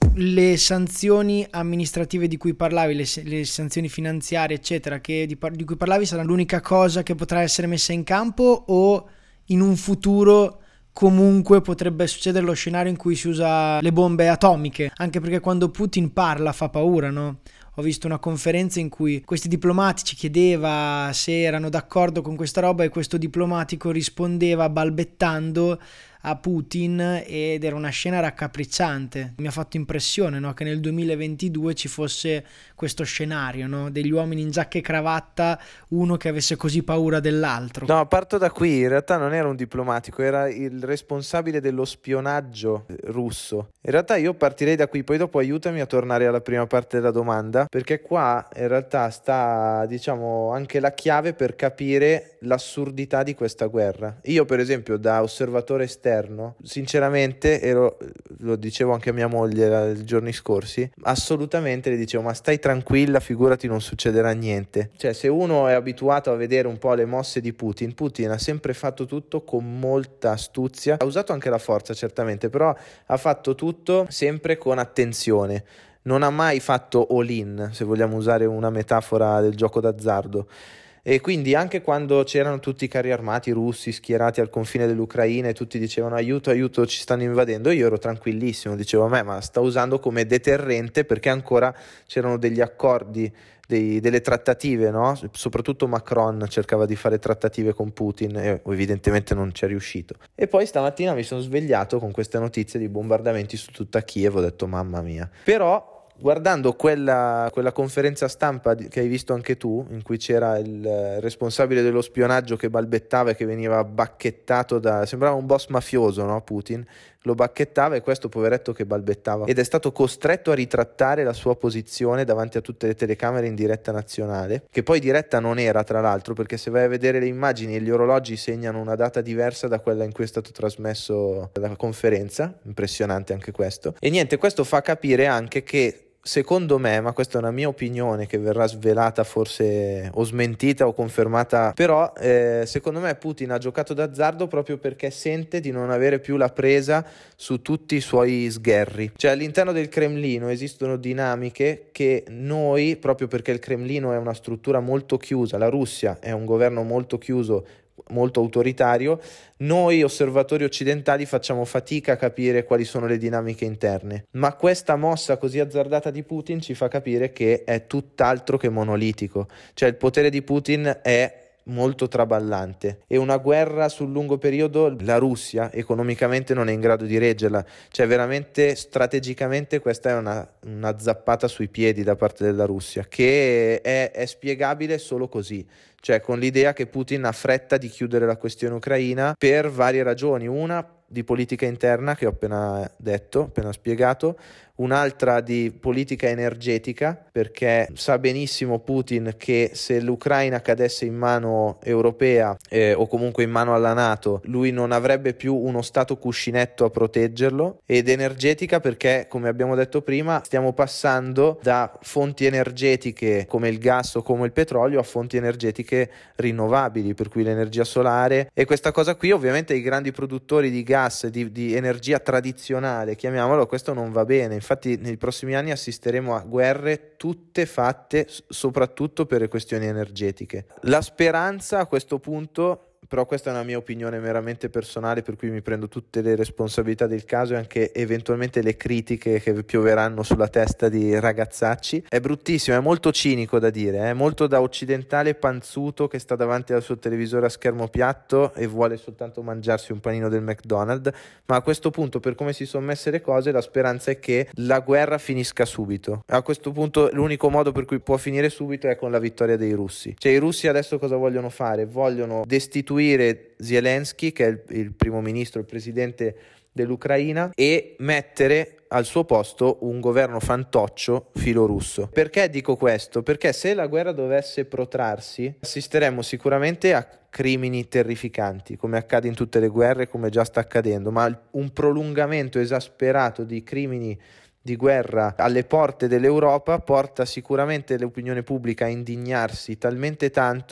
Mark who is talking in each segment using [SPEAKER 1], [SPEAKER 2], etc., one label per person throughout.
[SPEAKER 1] le sanzioni amministrative di cui parlavi, le sanzioni finanziarie eccetera di cui parlavi saranno l'unica cosa che potrà essere messa in campo, o in un futuro comunque potrebbe succedere lo scenario in cui si usa le bombe atomiche? Anche perché quando Putin parla fa paura, no? Ho visto una conferenza in cui questi diplomatici chiedeva se erano d'accordo con questa roba e questo diplomatico rispondeva balbettando a Putin, ed era una scena raccapricciante. Mi ha fatto impressione, no? Che nel 2022 ci fosse questo scenario, no? Degli uomini in giacca e cravatta, uno che avesse così paura dell'altro.
[SPEAKER 2] No, parto da qui, in realtà non era un diplomatico, era il responsabile dello spionaggio russo. In realtà io partirei da qui, poi dopo aiutami a tornare alla prima parte della domanda, perché qua in realtà sta, diciamo, anche la chiave per capire l'assurdità di questa guerra. Io per esempio da osservatore esterno, sinceramente, lo dicevo anche a mia moglie i giorni scorsi, assolutamente le dicevo: ma stai tranquilla, figurati, non succederà niente. Cioè, se uno è abituato a vedere un po' le mosse di Putin ha sempre fatto tutto con molta astuzia, ha usato anche la forza certamente, però ha fatto tutto sempre con attenzione. Non ha mai fatto all-in, se vogliamo usare una metafora del gioco d'azzardo. E quindi anche quando c'erano tutti i carri armati russi schierati al confine dell'Ucraina e tutti dicevano aiuto, aiuto, ci stanno invadendo, io ero tranquillissimo, dicevo ma sta usando come deterrente, perché ancora c'erano degli accordi, delle trattative, no? Soprattutto Macron cercava di fare trattative con Putin e evidentemente non ci è riuscito. E poi stamattina mi sono svegliato con queste notizie di bombardamenti su tutta Kiev, ho detto mamma mia. Però guardando quella conferenza stampa che hai visto anche tu, in cui c'era il responsabile dello spionaggio che balbettava e che veniva bacchettato sembrava un boss mafioso, no? Putin lo bacchettava, e questo poveretto che balbettava ed è stato costretto a ritrattare la sua posizione davanti a tutte le telecamere in diretta nazionale, che poi diretta non era, tra l'altro, perché se vai a vedere le immagini e gli orologi segnano una data diversa da quella in cui è stato trasmesso la conferenza. Impressionante anche questo. E niente, questo fa capire anche che, secondo me, ma questa è una mia opinione che verrà svelata forse o smentita o confermata, però secondo me Putin ha giocato d'azzardo proprio perché sente di non avere più la presa su tutti i suoi sgherri. Cioè, all'interno del Cremlino esistono dinamiche che noi, proprio perché il Cremlino è una struttura molto chiusa, la Russia è un governo molto chiuso, molto autoritario, noi osservatori occidentali facciamo fatica a capire quali sono le dinamiche interne, ma questa mossa così azzardata di Putin ci fa capire che è tutt'altro che monolitico. Cioè, il potere di Putin è molto traballante, e una guerra sul lungo periodo la Russia economicamente non è in grado di reggerla. Cioè, veramente strategicamente questa è una zappata sui piedi da parte della Russia, che è spiegabile solo così, cioè con l'idea che Putin ha fretta di chiudere la questione ucraina per varie ragioni: una di politica interna che ho appena detto, appena spiegato, un'altra di politica energetica, perché sa benissimo Putin che se l'Ucraina cadesse in mano europea o comunque in mano alla NATO, lui non avrebbe più uno stato cuscinetto a proteggerlo, ed energetica perché, come abbiamo detto prima, stiamo passando da fonti energetiche come il gas o come il petrolio a fonti energetiche rinnovabili, per cui l'energia solare, e questa cosa qui ovviamente i grandi produttori di gas, di energia tradizionale, chiamiamolo, questo non va bene. Infatti nei prossimi anni assisteremo a guerre tutte fatte soprattutto per le questioni energetiche. La speranza a questo punto, però questa è una mia opinione meramente personale, per cui mi prendo tutte le responsabilità del caso e anche eventualmente le critiche che pioveranno sulla testa di ragazzacci, è bruttissimo, è molto cinico da dire, è molto da occidentale panzuto che sta davanti al suo televisore a schermo piatto e vuole soltanto mangiarsi un panino del McDonald's. Ma a questo punto, per come si sono messe le cose, la speranza è che la guerra finisca subito. A questo punto l'unico modo per cui può finire subito è con la vittoria dei russi. Cioè, i russi adesso cosa vogliono fare? Vogliono destituire Zelensky, che è il primo ministro, il presidente dell'Ucraina, e mettere al suo posto un governo fantoccio filorusso. Perché dico questo? Perché se la guerra dovesse protrarsi, assisteremmo sicuramente a crimini terrificanti, come accade in tutte le guerre, come già sta accadendo, ma un prolungamento esasperato di crimini di guerra alle porte dell'Europa porta sicuramente l'opinione pubblica a indignarsi talmente tanto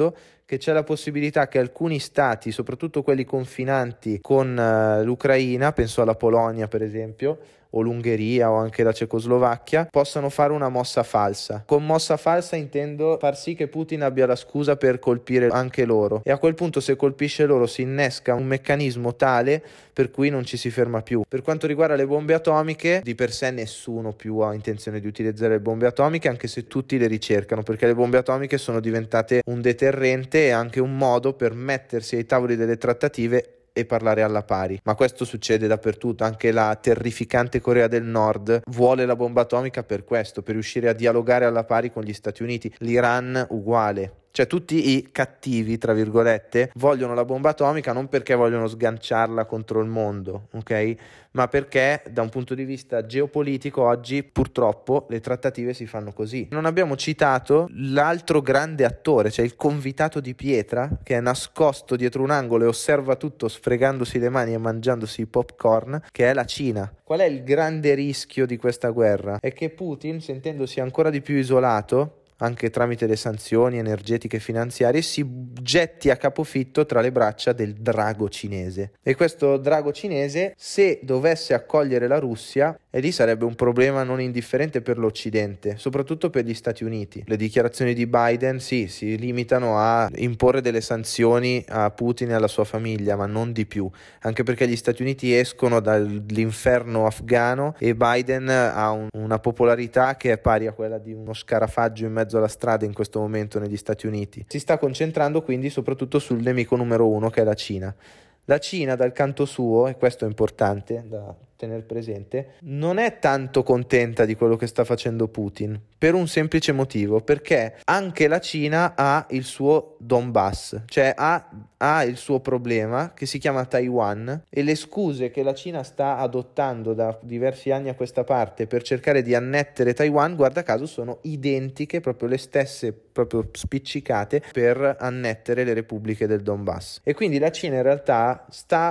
[SPEAKER 2] che c'è la possibilità che alcuni stati, soprattutto quelli confinanti con l'Ucraina, penso alla Polonia per esempio, o l'Ungheria o anche la Cecoslovacchia, possano fare una mossa falsa. Con mossa falsa intendo far sì che Putin abbia la scusa per colpire anche loro, e a quel punto, se colpisce loro, si innesca un meccanismo tale per cui non ci si ferma più. Per quanto riguarda le bombe atomiche, di per sé nessuno più ha intenzione di utilizzare le bombe atomiche, anche se tutti le ricercano, perché le bombe atomiche sono diventate un deterrente e anche un modo per mettersi ai tavoli delle trattative e parlare alla pari. Ma questo succede dappertutto. Anche la terrificante Corea del Nord vuole la bomba atomica per questo, per riuscire a dialogare alla pari con gli Stati Uniti. L'Iran uguale. Cioè tutti i cattivi, tra virgolette, vogliono la bomba atomica non perché vogliono sganciarla contro il mondo, ok? Ma perché da un punto di vista geopolitico oggi purtroppo le trattative si fanno così. Non abbiamo citato l'altro grande attore, cioè il convitato di pietra, che è nascosto dietro un angolo e osserva tutto sfregandosi le mani e mangiandosi i popcorn, che è la Cina. Qual è il grande rischio di questa guerra? È che Putin, sentendosi ancora di più isolato, anche tramite le sanzioni energetiche e finanziarie, si getti a capofitto tra le braccia del drago cinese. E questo drago cinese, se dovesse accogliere la Russia, e lì sarebbe un problema non indifferente per l'Occidente, soprattutto per gli Stati Uniti. Le dichiarazioni di Biden si limitano a imporre delle sanzioni a Putin e alla sua famiglia, ma non di più, anche perché gli Stati Uniti escono dall'inferno afghano e Biden ha una popolarità che è pari a quella di uno scarafaggio in mezzo alla strada in questo momento negli Stati Uniti. Si sta concentrando quindi soprattutto sul nemico numero uno, che è la Cina. La Cina, dal canto suo, e questo è importante da tenere presente, non è tanto contenta di quello che sta facendo Putin, per un semplice motivo, perché anche la Cina ha il suo Donbass, cioè ha il suo problema che si chiama Taiwan, e le scuse che la Cina sta adottando da diversi anni a questa parte per cercare di annettere Taiwan, guarda caso, sono identiche, proprio le stesse, proprio spiccicate, per annettere le repubbliche del Donbass. E quindi la Cina in realtà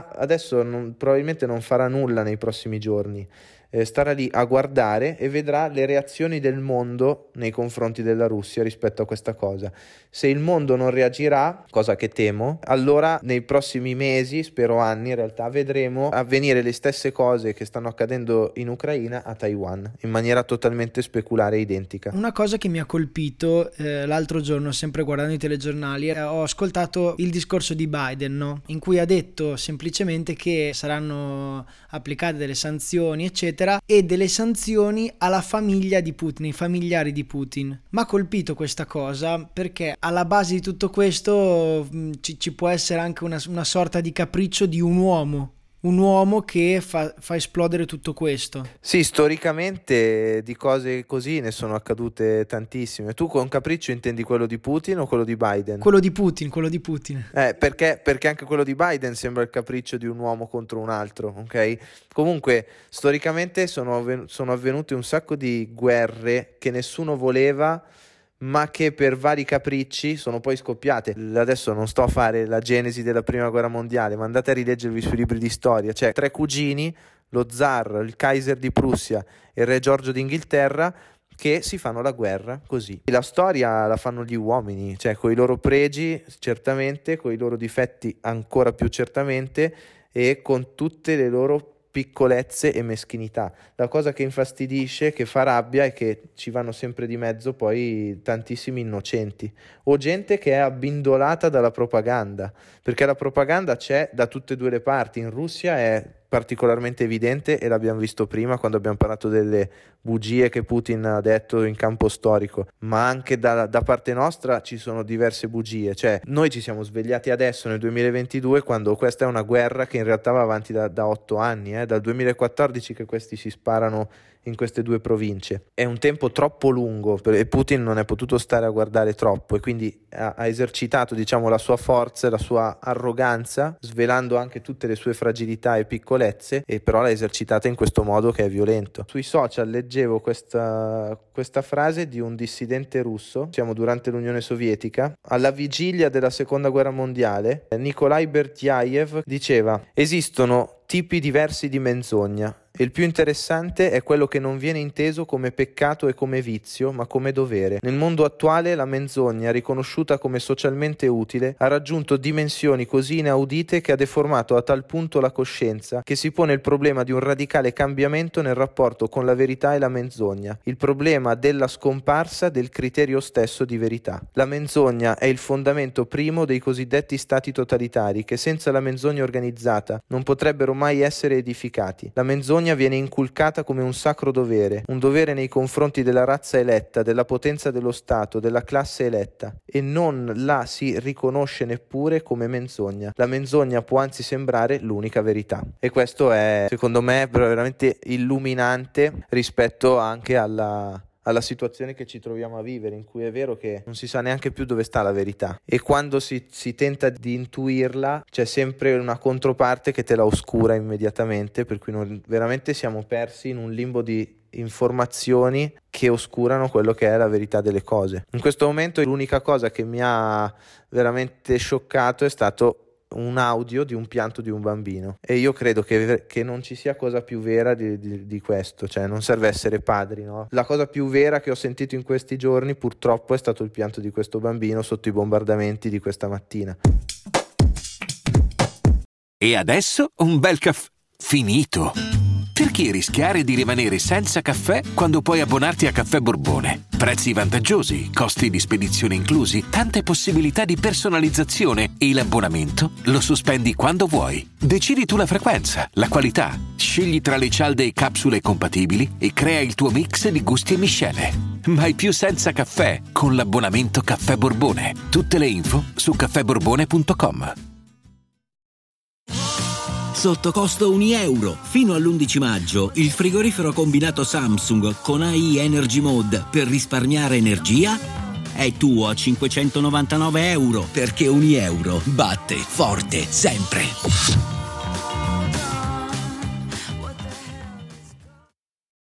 [SPEAKER 2] probabilmente non farà nulla nei prossimi giorni, starà lì a guardare e vedrà le reazioni del mondo nei confronti della Russia rispetto a questa cosa. Se il mondo non reagirà, cosa che temo, allora nei prossimi mesi, spero anni in realtà, vedremo avvenire le stesse cose che stanno accadendo in Ucraina a Taiwan, in maniera totalmente speculare e identica.
[SPEAKER 1] Una cosa che mi ha colpito l'altro giorno, sempre guardando i telegiornali, ho ascoltato il discorso di Biden, no? In cui ha detto semplicemente che saranno applicate delle sanzioni, eccetera, e delle sanzioni alla famiglia di Putin, ai familiari di Putin. Mi ha colpito questa cosa perché alla base di tutto questo ci può essere anche una sorta di capriccio di un uomo che fa esplodere tutto questo.
[SPEAKER 2] Sì, storicamente di cose così ne sono accadute tantissime. Tu con capriccio intendi quello di Putin o quello di Biden?
[SPEAKER 1] Quello di Putin.
[SPEAKER 2] Perché anche quello di Biden sembra il capriccio di un uomo contro un altro, ok? Comunque, storicamente sono avvenute un sacco di guerre che nessuno voleva, ma che per vari capricci sono poi scoppiate. Adesso non sto a fare la genesi della prima guerra mondiale, ma andate a rileggervi sui libri di storia. C'è 3 cugini, lo zar, il Kaiser di Prussia e il re Giorgio d'Inghilterra, che si fanno la guerra così. La storia la fanno gli uomini, cioè coi loro pregi certamente, coi loro difetti ancora più certamente, e con tutte le loro piccolezze e meschinità. La cosa che infastidisce, che fa rabbia, è che ci vanno sempre di mezzo poi tantissimi innocenti o gente che è abbindolata dalla propaganda, perché la propaganda c'è da tutte e due le parti. In Russia è particolarmente evidente e l'abbiamo visto prima quando abbiamo parlato delle bugie che Putin ha detto in campo storico, ma anche da parte nostra ci sono diverse bugie. Cioè noi ci siamo svegliati adesso nel 2022, quando questa è una guerra che in realtà va avanti da 8 anni, dal 2014 che questi si sparano in queste 2 province. È un tempo troppo lungo e Putin non è potuto stare a guardare troppo, e quindi ha esercitato, diciamo, la sua forza e la sua arroganza, svelando anche tutte le sue fragilità e piccolezze, e però l'ha esercitata in questo modo che è violento. Sui social leggevo questa frase di un dissidente russo, siamo durante l'Unione Sovietica, alla vigilia della seconda guerra mondiale. Nikolai Berdyaev diceva: esistono tipi diversi di menzogna E il più interessante è quello che non viene inteso come peccato e come vizio, ma come dovere. Nel mondo attuale la menzogna, riconosciuta come socialmente utile, ha raggiunto dimensioni così inaudite che ha deformato a tal punto la coscienza che si pone il problema di un radicale cambiamento nel rapporto con la verità e la menzogna, il problema della scomparsa del criterio stesso di verità. La menzogna è il fondamento primo dei cosiddetti stati totalitari che senza la menzogna organizzata non potrebbero mai essere edificati. La menzogna viene inculcata come un sacro dovere, un dovere nei confronti della razza eletta, della potenza dello Stato, della classe eletta, e non la si riconosce neppure come menzogna. La menzogna può anzi sembrare l'unica verità. E questo è, secondo me, veramente illuminante rispetto anche alla situazione che ci troviamo a vivere, in cui è vero che non si sa neanche più dove sta la verità, e quando si tenta di intuirla c'è sempre una controparte che te la oscura immediatamente, per cui noi veramente siamo persi in un limbo di informazioni che oscurano quello che è la verità delle cose. In questo momento l'unica cosa che mi ha veramente scioccato è stato un audio di un pianto di un bambino, e io credo che non ci sia cosa più vera di questo, cioè non serve essere padri, no? La cosa più vera che ho sentito in questi giorni purtroppo è stato il pianto di questo bambino sotto i bombardamenti di questa mattina.
[SPEAKER 3] E adesso un bel caffè finito. Perché rischiare di rimanere senza caffè quando puoi abbonarti a Caffè Borbone? Prezzi vantaggiosi, costi di spedizione inclusi, tante possibilità di personalizzazione e l'abbonamento lo sospendi quando vuoi. Decidi tu la frequenza, la qualità, scegli tra le cialde e capsule compatibili e crea il tuo mix di gusti e miscele. Mai più senza caffè con l'abbonamento Caffè Borbone. Tutte le info su caffèborbone.com.
[SPEAKER 4] Sotto costo €1. Fino all'11 maggio il frigorifero combinato Samsung con AI Energy Mode per risparmiare energia è tuo a €599, perché €1 batte forte sempre.